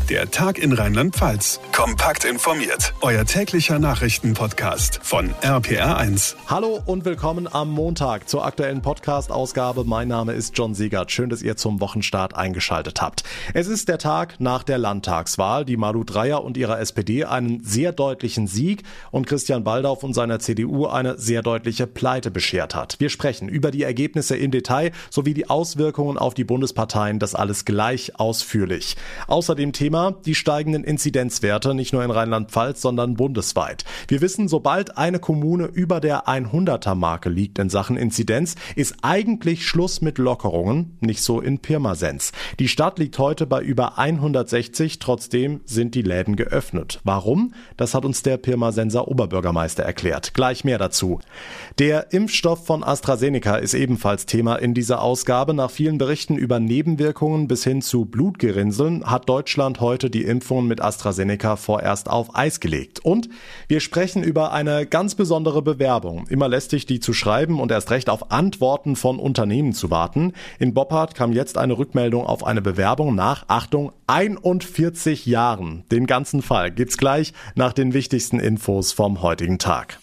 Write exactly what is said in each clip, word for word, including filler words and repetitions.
Der Tag in Rheinland-Pfalz. Kompakt informiert. Euer täglicher Nachrichtenpodcast von R P R eins. Hallo und willkommen am Montag zur aktuellen Podcast-Ausgabe. Mein Name ist John Siegert. Schön, dass ihr zum Wochenstart eingeschaltet habt. Es ist der Tag nach der Landtagswahl, die Malu Dreyer und ihrer S P D einen sehr deutlichen Sieg und Christian Baldauf und seiner C D U eine sehr deutliche Pleite beschert hat. Wir sprechen über die Ergebnisse im Detail sowie die Auswirkungen auf die Bundesparteien, das alles gleich ausführlich. Außerdem Thema die steigenden Inzidenzwerte, nicht nur in Rheinland-Pfalz, sondern bundesweit. Wir wissen, sobald eine Kommune über der hunderter-Marke liegt in Sachen Inzidenz, ist eigentlich Schluss mit Lockerungen, nicht so in Pirmasens. Die Stadt liegt heute bei über hundertsechzig, trotzdem sind die Läden geöffnet. Warum? Das hat uns der Pirmasenser Oberbürgermeister erklärt. Gleich mehr dazu. Der Impfstoff von AstraZeneca ist ebenfalls Thema in dieser Ausgabe. Nach vielen Berichten über Nebenwirkungen bis hin zu Blutgerinnseln hat Deutschland heute die Impfung mit AstraZeneca vorerst auf Eis gelegt. Und wir sprechen über eine ganz besondere Bewerbung. Immer lästig, die zu schreiben und erst recht auf Antworten von Unternehmen zu warten. In Boppard kam jetzt eine Rückmeldung auf eine Bewerbung nach, Achtung, einundvierzig Jahren. Den ganzen Fall gibt's gleich nach den wichtigsten Infos vom heutigen Tag.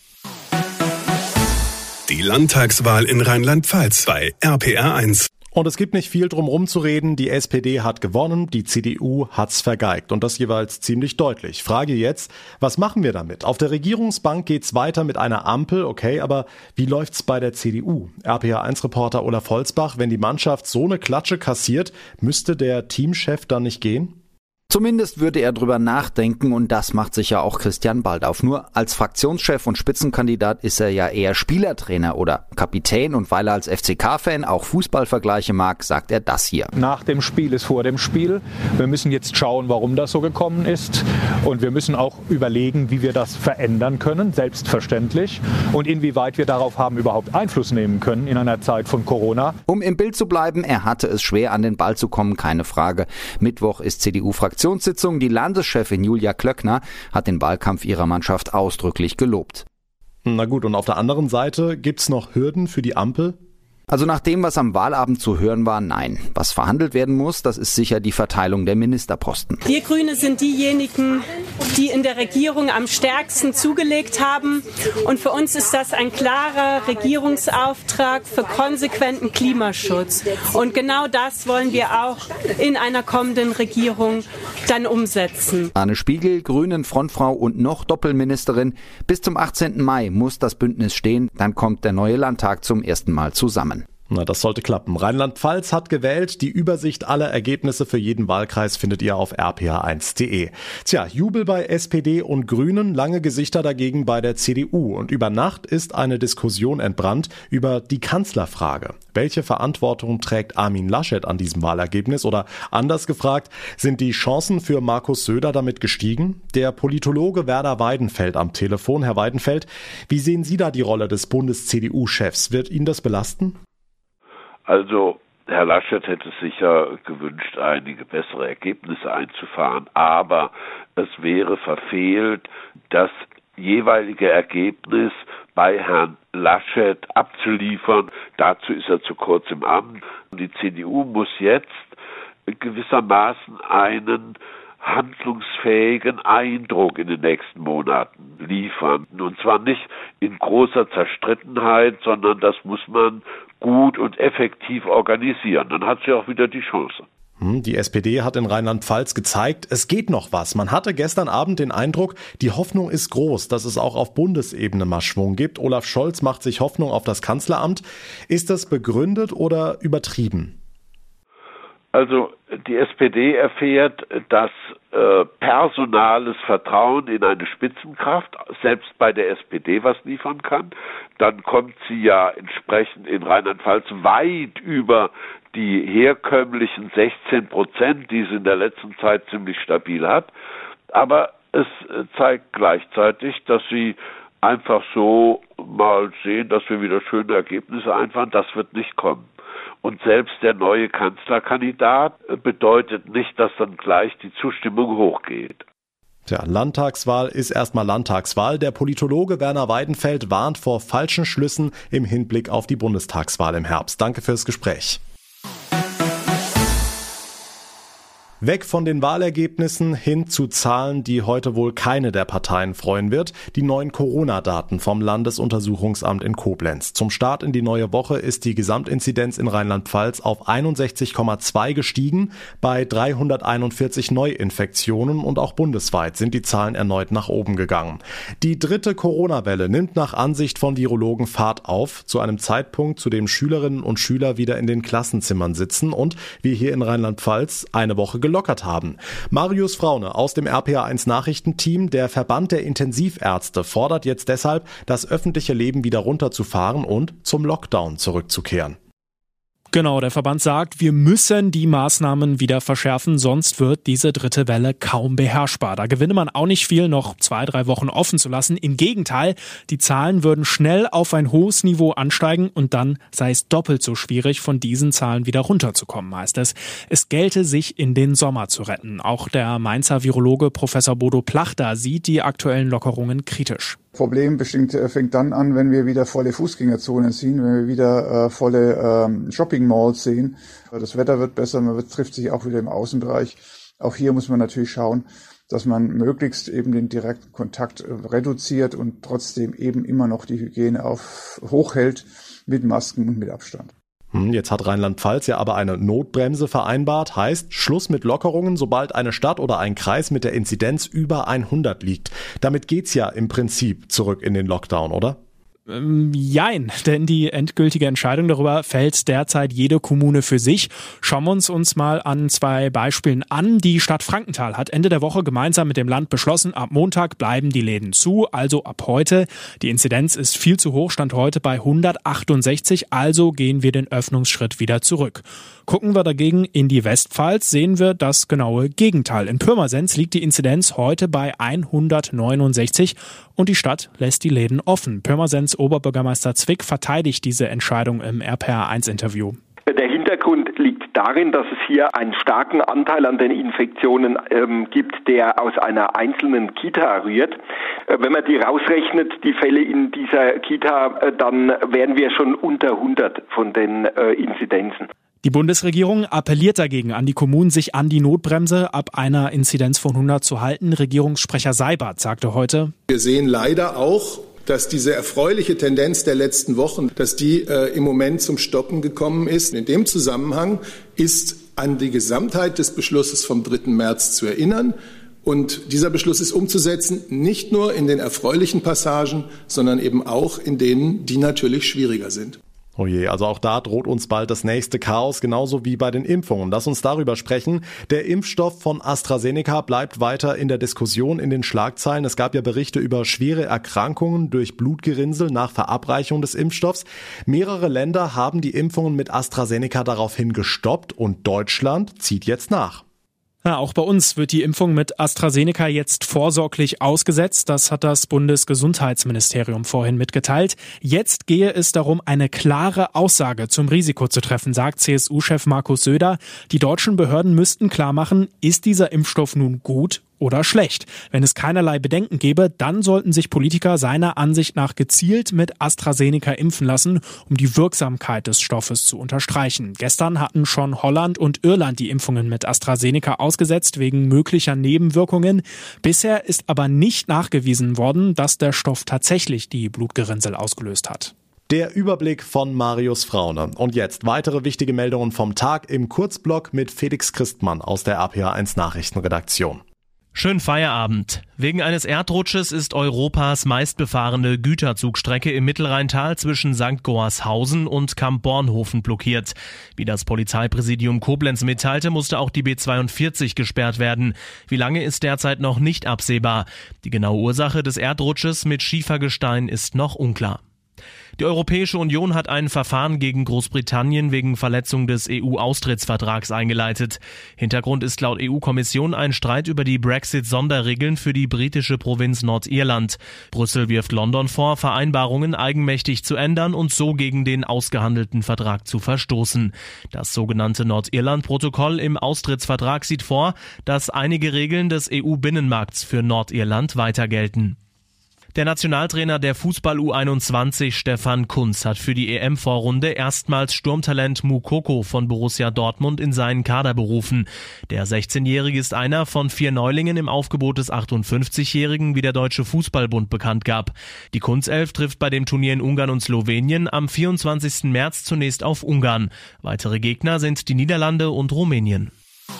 Die Landtagswahl in Rheinland-Pfalz bei R P R eins. Und es gibt nicht viel drum rumzureden. Die S P D hat gewonnen, die C D U hat's vergeigt. Und das jeweils ziemlich deutlich. Frage jetzt, was machen wir damit? Auf der Regierungsbank geht's weiter mit einer Ampel, okay, aber wie läuft's bei der C D U? R P R eins Reporter Olaf Holzbach, wenn die Mannschaft so eine Klatsche kassiert, müsste der Teamchef dann nicht gehen? Zumindest würde er drüber nachdenken und das macht sicher auch Christian Baldauf. Nur als Fraktionschef und Spitzenkandidat ist er ja eher Spielertrainer oder Kapitän und weil er als F C K-Fan auch Fußballvergleiche mag, sagt er das hier. Nach dem Spiel ist vor dem Spiel. Wir müssen jetzt schauen, warum das so gekommen ist und wir müssen auch überlegen, wie wir das verändern können, selbstverständlich, und inwieweit wir darauf haben überhaupt Einfluss nehmen können in einer Zeit von Corona. Um im Bild zu bleiben, er hatte es schwer an den Ball zu kommen, keine Frage. Mittwoch ist C D U-Fraktion Die Landeschefin Julia Klöckner hat den Wahlkampf ihrer Mannschaft ausdrücklich gelobt. Na gut, und auf der anderen Seite gibt's noch Hürden für die Ampel? Also nach dem, was am Wahlabend zu hören war, nein. Was verhandelt werden muss, das ist sicher die Verteilung der Ministerposten. Wir Grüne sind diejenigen, die in der Regierung am stärksten zugelegt haben. Und für uns ist das ein klarer Regierungsauftrag für konsequenten Klimaschutz. Und genau das wollen wir auch in einer kommenden Regierung dann umsetzen. Anne Spiegel, Grünen Frontfrau und noch Doppelministerin. Bis zum achtzehnten Mai muss das Bündnis stehen. Dann kommt der neue Landtag zum ersten Mal zusammen. Na, das sollte klappen. Rheinland-Pfalz hat gewählt. Die Übersicht aller Ergebnisse für jeden Wahlkreis findet ihr auf r p r eins punkt d e. Tja, Jubel bei S P D und Grünen, lange Gesichter dagegen bei der C D U. Und über Nacht ist eine Diskussion entbrannt über die Kanzlerfrage. Welche Verantwortung trägt Armin Laschet an diesem Wahlergebnis? Oder anders gefragt, sind die Chancen für Markus Söder damit gestiegen? Der Politologe Werner Weidenfeld am Telefon. Herr Weidenfeld, wie sehen Sie da die Rolle des Bundes-C D U-Chefs? Wird ihn das belasten? Also Herr Laschet hätte sicher gewünscht, einige bessere Ergebnisse einzufahren, aber es wäre verfehlt, das jeweilige Ergebnis bei Herrn Laschet abzuliefern. Dazu ist er zu kurz im Amt. Die C D U muss jetzt gewissermaßen einen handlungsfähigen Eindruck in den nächsten Monaten liefern. Und zwar nicht in großer Zerstrittenheit, sondern das muss man gut und effektiv organisieren. Dann hat sie auch wieder die Chance. Die S P D hat in Rheinland-Pfalz gezeigt, es geht noch was. Man hatte gestern Abend den Eindruck, die Hoffnung ist groß, dass es auch auf Bundesebene mal Schwung gibt. Olaf Scholz macht sich Hoffnung auf das Kanzleramt. Ist das begründet oder übertrieben? Also die S P D erfährt, dass äh, personales Vertrauen in eine Spitzenkraft selbst bei der S P D was liefern kann. Dann kommt sie ja entsprechend in Rheinland-Pfalz weit über die herkömmlichen sechzehn Prozent, die sie in der letzten Zeit ziemlich stabil hat. Aber es zeigt gleichzeitig, dass sie einfach so mal sehen, dass wir wieder schöne Ergebnisse einfahren. Das wird nicht kommen. Und selbst der neue Kanzlerkandidat bedeutet nicht, dass dann gleich die Zustimmung hochgeht. Tja, Landtagswahl ist erstmal Landtagswahl. Der Politologe Werner Weidenfeld warnt vor falschen Schlüssen im Hinblick auf die Bundestagswahl im Herbst. Danke fürs Gespräch. Weg von den Wahlergebnissen hin zu Zahlen, die heute wohl keine der Parteien freuen wird. Die neuen Corona-Daten vom Landesuntersuchungsamt in Koblenz. Zum Start in die neue Woche ist die Gesamtinzidenz in Rheinland-Pfalz auf einundsechzig Komma zwei gestiegen, bei dreihunderteinundvierzig Neuinfektionen, und auch bundesweit sind die Zahlen erneut nach oben gegangen. Die dritte Corona-Welle nimmt nach Ansicht von Virologen Fahrt auf, zu einem Zeitpunkt, zu dem Schülerinnen und Schüler wieder in den Klassenzimmern sitzen und wir hier in Rheinland-Pfalz eine Woche gelockert haben. Marius Fraune aus dem R P A eins Nachrichtenteam, der Verband der Intensivärzte, fordert jetzt deshalb, das öffentliche Leben wieder runterzufahren und zum Lockdown zurückzukehren. Genau, der Verband sagt, wir müssen die Maßnahmen wieder verschärfen, sonst wird diese dritte Welle kaum beherrschbar. Da gewinne man auch nicht viel, noch zwei, drei Wochen offen zu lassen. Im Gegenteil, die Zahlen würden schnell auf ein hohes Niveau ansteigen und dann sei es doppelt so schwierig, von diesen Zahlen wieder runterzukommen, heißt es. Es gelte, sich in den Sommer zu retten. Auch der Mainzer Virologe Professor Bodo Plachter sieht die aktuellen Lockerungen kritisch. Problem bestimmt, fängt dann an, wenn wir wieder volle Fußgängerzonen sehen, wenn wir wieder äh, volle ähm, Shopping-Malls sehen. Das Wetter wird besser, man wird, trifft sich auch wieder im Außenbereich. Auch hier muss man natürlich schauen, dass man möglichst eben den direkten Kontakt äh, reduziert und trotzdem eben immer noch die Hygiene auf hochhält mit Masken und mit Abstand. Jetzt hat Rheinland-Pfalz ja aber eine Notbremse vereinbart, heißt Schluss mit Lockerungen, sobald eine Stadt oder ein Kreis mit der Inzidenz über hundert liegt. Damit geht's ja im Prinzip zurück in den Lockdown, oder? Ähm, jein, denn die endgültige Entscheidung darüber fällt derzeit jede Kommune für sich. Schauen wir uns uns mal an zwei Beispielen an. Die Stadt Frankenthal hat Ende der Woche gemeinsam mit dem Land beschlossen, ab Montag bleiben die Läden zu, also ab heute. Die Inzidenz ist viel zu hoch, stand heute bei hundertachtundsechzig, also gehen wir den Öffnungsschritt wieder zurück. Gucken wir dagegen in die Westpfalz, sehen wir das genaue Gegenteil. In Pirmasens liegt die Inzidenz heute bei hundertneunundsechzig und die Stadt lässt die Läden offen. Pirmasens Oberbürgermeister Zwick verteidigt diese Entscheidung im R P A eins Interview. Der Hintergrund liegt darin, dass es hier einen starken Anteil an den Infektionen ähm, gibt, der aus einer einzelnen Kita rührt. Äh, wenn man die rausrechnet, die Fälle in dieser Kita, äh, dann wären wir schon unter hundert von den äh, Inzidenzen. Die Bundesregierung appelliert dagegen an die Kommunen, sich an die Notbremse ab einer Inzidenz von hundert zu halten. Regierungssprecher Seibert sagte heute: Wir sehen leider auch, dass diese erfreuliche Tendenz der letzten Wochen, dass die äh, im Moment zum Stoppen gekommen ist. In dem Zusammenhang ist an die Gesamtheit des Beschlusses vom dritten März zu erinnern. Und dieser Beschluss ist umzusetzen, nicht nur in den erfreulichen Passagen, sondern eben auch in denen, die natürlich schwieriger sind. Oh je, also auch da droht uns bald das nächste Chaos, genauso wie bei den Impfungen. Lass uns darüber sprechen. Der Impfstoff von AstraZeneca bleibt weiter in der Diskussion, in den Schlagzeilen. Es gab ja Berichte über schwere Erkrankungen durch Blutgerinnsel nach Verabreichung des Impfstoffs. Mehrere Länder haben die Impfungen mit AstraZeneca daraufhin gestoppt und Deutschland zieht jetzt nach. Ja, auch bei uns wird die Impfung mit AstraZeneca jetzt vorsorglich ausgesetzt. Das hat das Bundesgesundheitsministerium vorhin mitgeteilt. Jetzt gehe es darum, eine klare Aussage zum Risiko zu treffen, sagt C S U-Chef Markus Söder. Die deutschen Behörden müssten klar machen, ist dieser Impfstoff nun gut oder schlecht. Wenn es keinerlei Bedenken gäbe, dann sollten sich Politiker seiner Ansicht nach gezielt mit AstraZeneca impfen lassen, um die Wirksamkeit des Stoffes zu unterstreichen. Gestern hatten schon Holland und Irland die Impfungen mit AstraZeneca ausgesetzt wegen möglicher Nebenwirkungen. Bisher ist aber nicht nachgewiesen worden, dass der Stoff tatsächlich die Blutgerinnsel ausgelöst hat. Der Überblick von Marius Fraune. Und jetzt weitere wichtige Meldungen vom Tag im Kurzblock mit Felix Christmann aus der R P A eins Nachrichtenredaktion. Schönen Feierabend. Wegen eines Erdrutsches ist Europas meistbefahrene Güterzugstrecke im Mittelrheintal zwischen Sankt Goarshausen und Kamp-Bornhofen blockiert. Wie das Polizeipräsidium Koblenz mitteilte, musste auch die B zweiundvierzig gesperrt werden. Wie lange ist derzeit noch nicht absehbar. Die genaue Ursache des Erdrutsches mit Schiefergestein ist noch unklar. Die Europäische Union hat ein Verfahren gegen Großbritannien wegen Verletzung des E U-Austrittsvertrags eingeleitet. Hintergrund ist laut E U-Kommission ein Streit über die Brexit-Sonderregeln für die britische Provinz Nordirland. Brüssel wirft London vor, Vereinbarungen eigenmächtig zu ändern und so gegen den ausgehandelten Vertrag zu verstoßen. Das sogenannte Nordirland-Protokoll im Austrittsvertrag sieht vor, dass einige Regeln des E U-Binnenmarkts für Nordirland weiter gelten. Der Nationaltrainer der Fußball-U einundzwanzig, Stefan Kuntz, hat für die E M-Vorrunde erstmals Sturmtalent Moukoko von Borussia Dortmund in seinen Kader berufen. Der sechzehnjährige ist einer von vier Neulingen im Aufgebot des achtundfünfzigjährigen, wie der Deutsche Fußballbund bekannt gab. Die Kuntz-Elf trifft bei dem Turnier in Ungarn und Slowenien am vierundzwanzigsten März zunächst auf Ungarn. Weitere Gegner sind die Niederlande und Rumänien.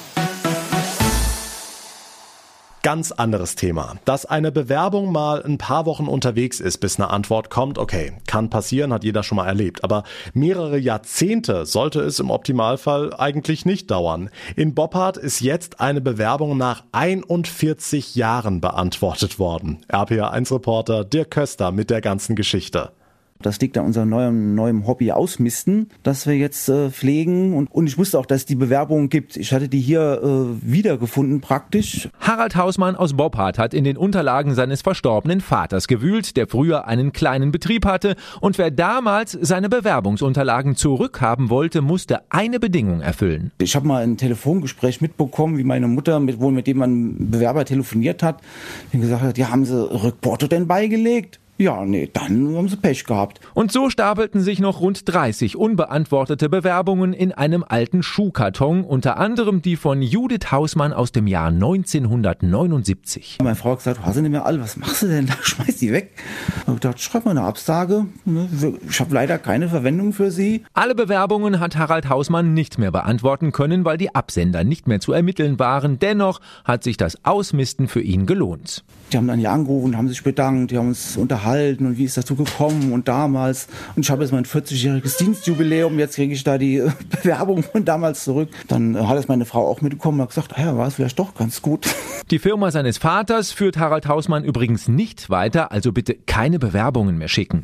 Ganz anderes Thema. Dass eine Bewerbung mal ein paar Wochen unterwegs ist, bis eine Antwort kommt, okay, kann passieren, hat jeder schon mal erlebt. Aber mehrere Jahrzehnte sollte es im Optimalfall eigentlich nicht dauern. In Boppard ist jetzt eine Bewerbung nach einundvierzig Jahren beantwortet worden. R P R eins Reporter Dirk Köster mit der ganzen Geschichte. Das liegt an unserem neuen, neuen Hobby Ausmisten, das wir jetzt äh, pflegen. Und, und ich wusste auch, dass es die Bewerbungen gibt. Ich hatte die hier äh, wiedergefunden praktisch. Harald Hausmann aus Boppard hat in den Unterlagen seines verstorbenen Vaters gewühlt, der früher einen kleinen Betrieb hatte. Und wer damals seine Bewerbungsunterlagen zurückhaben wollte, musste eine Bedingung erfüllen. Ich habe mal ein Telefongespräch mitbekommen, wie meine Mutter, mit, wohl mit dem ein Bewerber telefoniert hat, die gesagt hat, ja, haben Sie Rückporto denn beigelegt? Ja, nee, dann haben sie Pech gehabt. Und so stapelten sich noch rund dreißig unbeantwortete Bewerbungen in einem alten Schuhkarton, unter anderem die von Judith Hausmann aus dem Jahr neunzehnhundertneunundsiebzig. Meine Frau hat gesagt, hast du nicht mehr alle, was machst du denn da? Schmeiß die weg. Ich habe gedacht, schreib mal eine Absage. Ich habe leider keine Verwendung für sie. Alle Bewerbungen hat Harald Hausmann nicht mehr beantworten können, weil die Absender nicht mehr zu ermitteln waren. Dennoch hat sich das Ausmisten für ihn gelohnt. Die haben dann hier angerufen, haben sich bedankt, die haben uns unterhalten und wie ist dazu gekommen und damals. Und ich habe jetzt mein vierzigjähriges Dienstjubiläum, jetzt kriege ich da die Bewerbung von damals zurück. Dann hat es meine Frau auch mitbekommen und hat gesagt, ja, war es vielleicht doch ganz gut. Die Firma seines Vaters führt Harald Hausmann übrigens nicht weiter, also bitte keine Bewerbungen mehr schicken.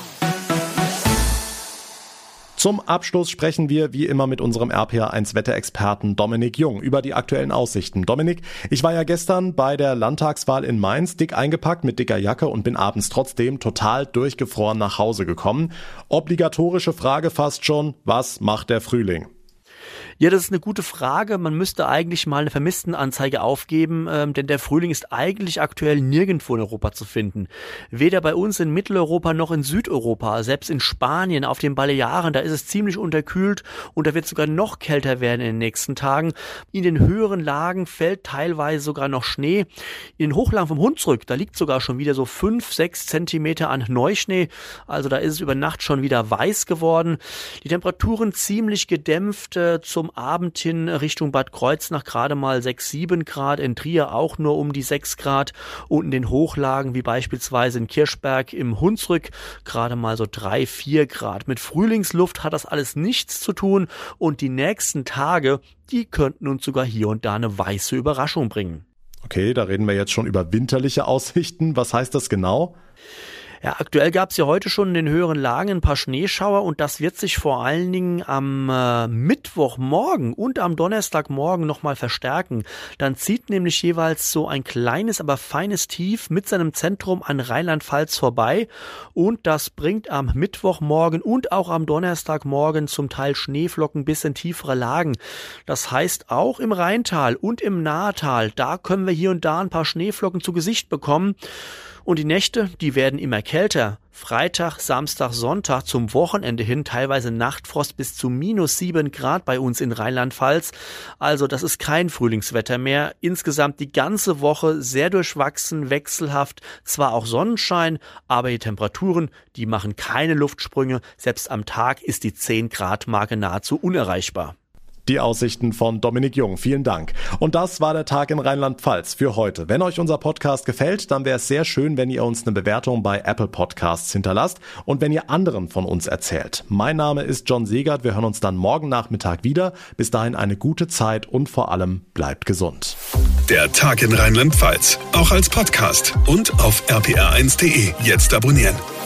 Zum Abschluss sprechen wir wie immer mit unserem R P R eins Wetterexperten Dominik Jung über die aktuellen Aussichten. Dominik, ich war ja gestern bei der Landtagswahl in Mainz dick eingepackt mit dicker Jacke und bin abends trotzdem total durchgefroren nach Hause gekommen. Obligatorische Frage fast schon, was macht der Frühling? Ja, das ist eine gute Frage. Man müsste eigentlich mal eine Vermisstenanzeige aufgeben, ähm, denn der Frühling ist eigentlich aktuell nirgendwo in Europa zu finden. Weder bei uns in Mitteleuropa noch in Südeuropa. Selbst in Spanien, auf den Balearen, da ist es ziemlich unterkühlt und da wird es sogar noch kälter werden in den nächsten Tagen. In den höheren Lagen fällt teilweise sogar noch Schnee. In den Hochlagen vom Hunsrück, da liegt sogar schon wieder so fünf, sechs Zentimeter an Neuschnee. Also da ist es über Nacht schon wieder weiß geworden. Die Temperaturen ziemlich gedämpft äh, zum Abend hin Richtung Bad Kreuznach gerade mal sechs, sieben Grad, in Trier auch nur um die sechs Grad und in den Hochlagen wie beispielsweise in Kirchberg im Hunsrück gerade mal so drei, vier Grad. Mit Frühlingsluft hat das alles nichts zu tun und die nächsten Tage, die könnten uns sogar hier und da eine weiße Überraschung bringen. Okay, da reden wir jetzt schon über winterliche Aussichten. Was heißt das genau? Ja, aktuell gab es ja heute schon in den höheren Lagen ein paar Schneeschauer und das wird sich vor allen Dingen am äh, Mittwochmorgen und am Donnerstagmorgen nochmal verstärken. Dann zieht nämlich jeweils so ein kleines, aber feines Tief mit seinem Zentrum an Rheinland-Pfalz vorbei und das bringt am Mittwochmorgen und auch am Donnerstagmorgen zum Teil Schneeflocken bis in tiefere Lagen. Das heißt, auch im Rheintal und im Nahetal, da können wir hier und da ein paar Schneeflocken zu Gesicht bekommen. Und die Nächte, die werden immer kälter. Freitag, Samstag, Sonntag zum Wochenende hin teilweise Nachtfrost bis zu minus sieben Grad bei uns in Rheinland-Pfalz. Also das ist kein Frühlingswetter mehr. Insgesamt die ganze Woche sehr durchwachsen, wechselhaft. Zwar auch Sonnenschein, aber die Temperaturen, die machen keine Luftsprünge. Selbst am Tag ist die zehn Grad Marke nahezu unerreichbar. Die Aussichten von Dominik Jung. Vielen Dank. Und das war der Tag in Rheinland-Pfalz für heute. Wenn euch unser Podcast gefällt, dann wäre es sehr schön, wenn ihr uns eine Bewertung bei Apple Podcasts hinterlasst und wenn ihr anderen von uns erzählt. Mein Name ist John Segert. Wir hören uns dann morgen Nachmittag wieder. Bis dahin eine gute Zeit und vor allem bleibt gesund. Der Tag in Rheinland-Pfalz, auch als Podcast und auf r p r eins punkt d e. Jetzt abonnieren.